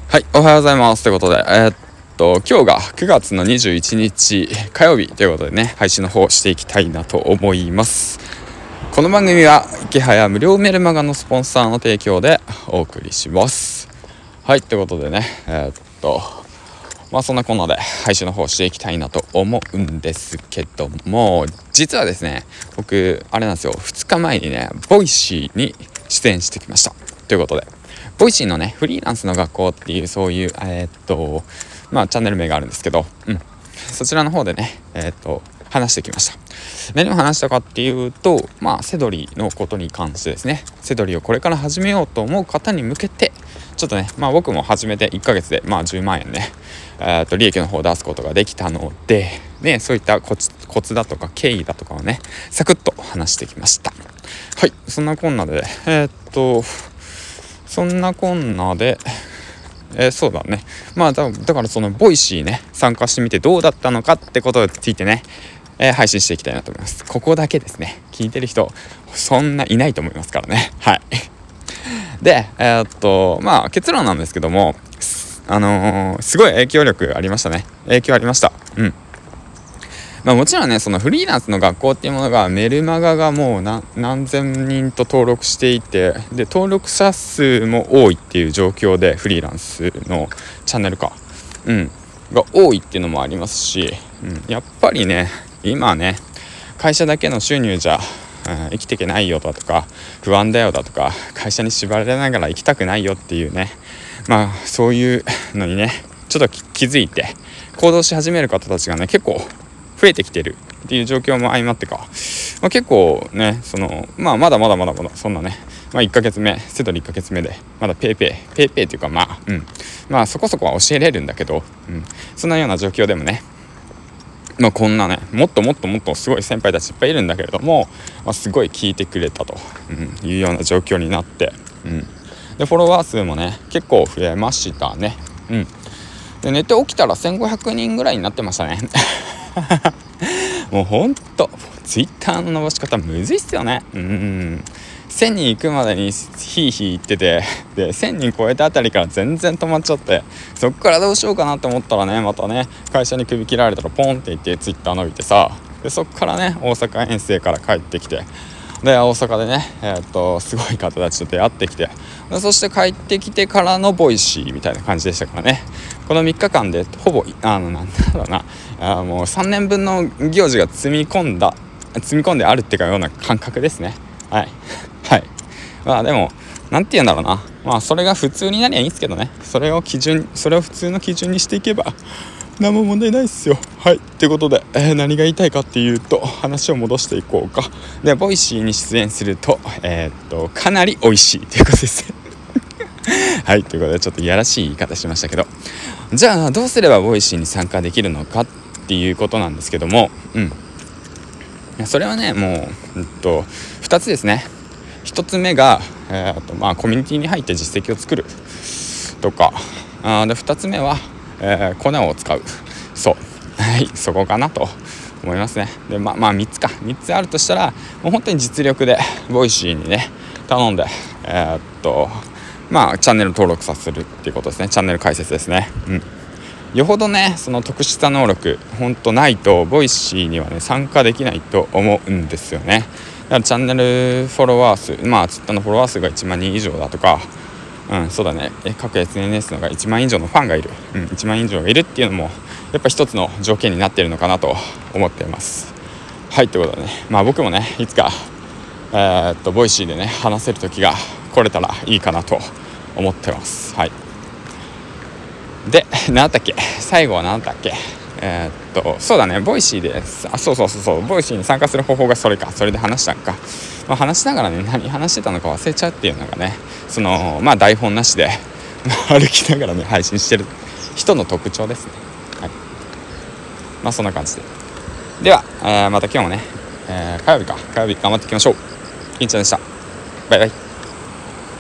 はい、おはようございます。ということで、今日が9月の21日火曜日ということでね、配信の方していきたいなと思います。この番組は池早無料メルマガのスポンサーの提供でお送りします。はい、ということでね、そんなこんなで配信の方していきたいなと思うんですけども、実はですね、僕あれなんですよ、2日前にね、ボイシーに出演してきましたということで、ボイシーのねフリーランスの学校っていうそういうチャンネル名があるんですけど、そちらの方でね話してきました。何を話したかっていうと、セドリのことに関してですね、セドリをこれから始めようと思う方に向けてちょっとね、僕も始めて1ヶ月で10万円ね、利益の方を出すことができたので、そういったコツだとか経緯だとかをねサクッと話してきました。はい、そんなこんなでそうだね、だからそのボイシーね参加してみてどうだったのかってことについてね、配信していきたいなと思います。ここだけですね、聞いてる人そんないないと思いますからね。はいで結論なんですけども、すごい影響ありましたね。もちろんね、そのフリーランスの学校っていうものがメルマガがもう何千人と登録していて、で登録者数も多いっていう状況で、フリーランスのチャンネルが多いっていうのもありますし、やっぱりね今ね会社だけの収入じゃ生きていけないよだとか、不安だよだとか、会社に縛られながら生きたくないよっていうね、そういうのにねちょっと気づいて行動し始める方たちがね結構増えてきてるっていう状況も相まってか、結構ねまだまだそんなね、1ヶ月目セドリ1ヶ月目でまだペイペイっていうかそこそこは教えれるんだけど、そんなような状況でもね、こんなねもっとすごい先輩たちいっぱいいるんだけれども、すごい聞いてくれたと、いうような状況になって、でフォロワー数もね結構増えましたね。で寝て起きたら1500人ぐらいになってましたね。もうほんとツイッターの伸ばし方むずいっすよね。1000人行くまでにヒー言ってて、で1000人超えたあたりから全然止まっちゃって、そっからどうしようかなと思ったらね、またね会社に首切られたらポンっていってツイッター伸びてさ、でそっからね大阪遠征から帰ってきて、で大阪でねすごい方たちと出会ってきて、そして帰ってきてからのボイシーみたいな感じでしたからね。この3日間でほぼもう3年分の行事が積み込んであるっていうような感覚ですね。はいでもなんて言うんだろうな、それが普通になりゃいいんですけどね、それを普通の基準にしていけば何も問題ないっすよ。はい、ということで、何が言いたいかっていうと、話を戻していこうか。でボイシーに出演するとかなり美味しいということですはい、ということでちょっといやらしい言い方しましたけど、じゃあどうすればボイシーに参加できるのかっていうことなんですけども、それはねもう2つですね。1つ目が、コミュニティに入って実績を作るとか、で2つ目は、コネを使う。そこかなと思いますね。で3つあるとしたら、もう本当に実力でボイシーにね頼んでチャンネル登録させるっていうことですね。チャンネル開設ですね。よほどねその特殊能力本当ないとボイシーにはね参加できないと思うんですよね。だからチャンネルフォロワー数、ツイッターのフォロワー数が1万人以上だとか、そうだね、各 SNS のが1万以上のファンがいる、1万以上がいるっていうのもやっぱ一つの条件になっているのかなと思っています。はい、ということでね、僕もねいつかボイシーでね話せる時が来れたらいいかなと思ってます。はい。で最後は何だっけ、そうだね、ボイシーでボイシーに参加する方法がそれで話したんか、話しながらね何話してたのか忘れちゃうっていうのがね、台本なしで歩きながらね配信してる人の特徴ですね。はい、そんな感じでは、また今日もね、火曜日頑張っていきましょう。金ちゃんでした。バイバイ。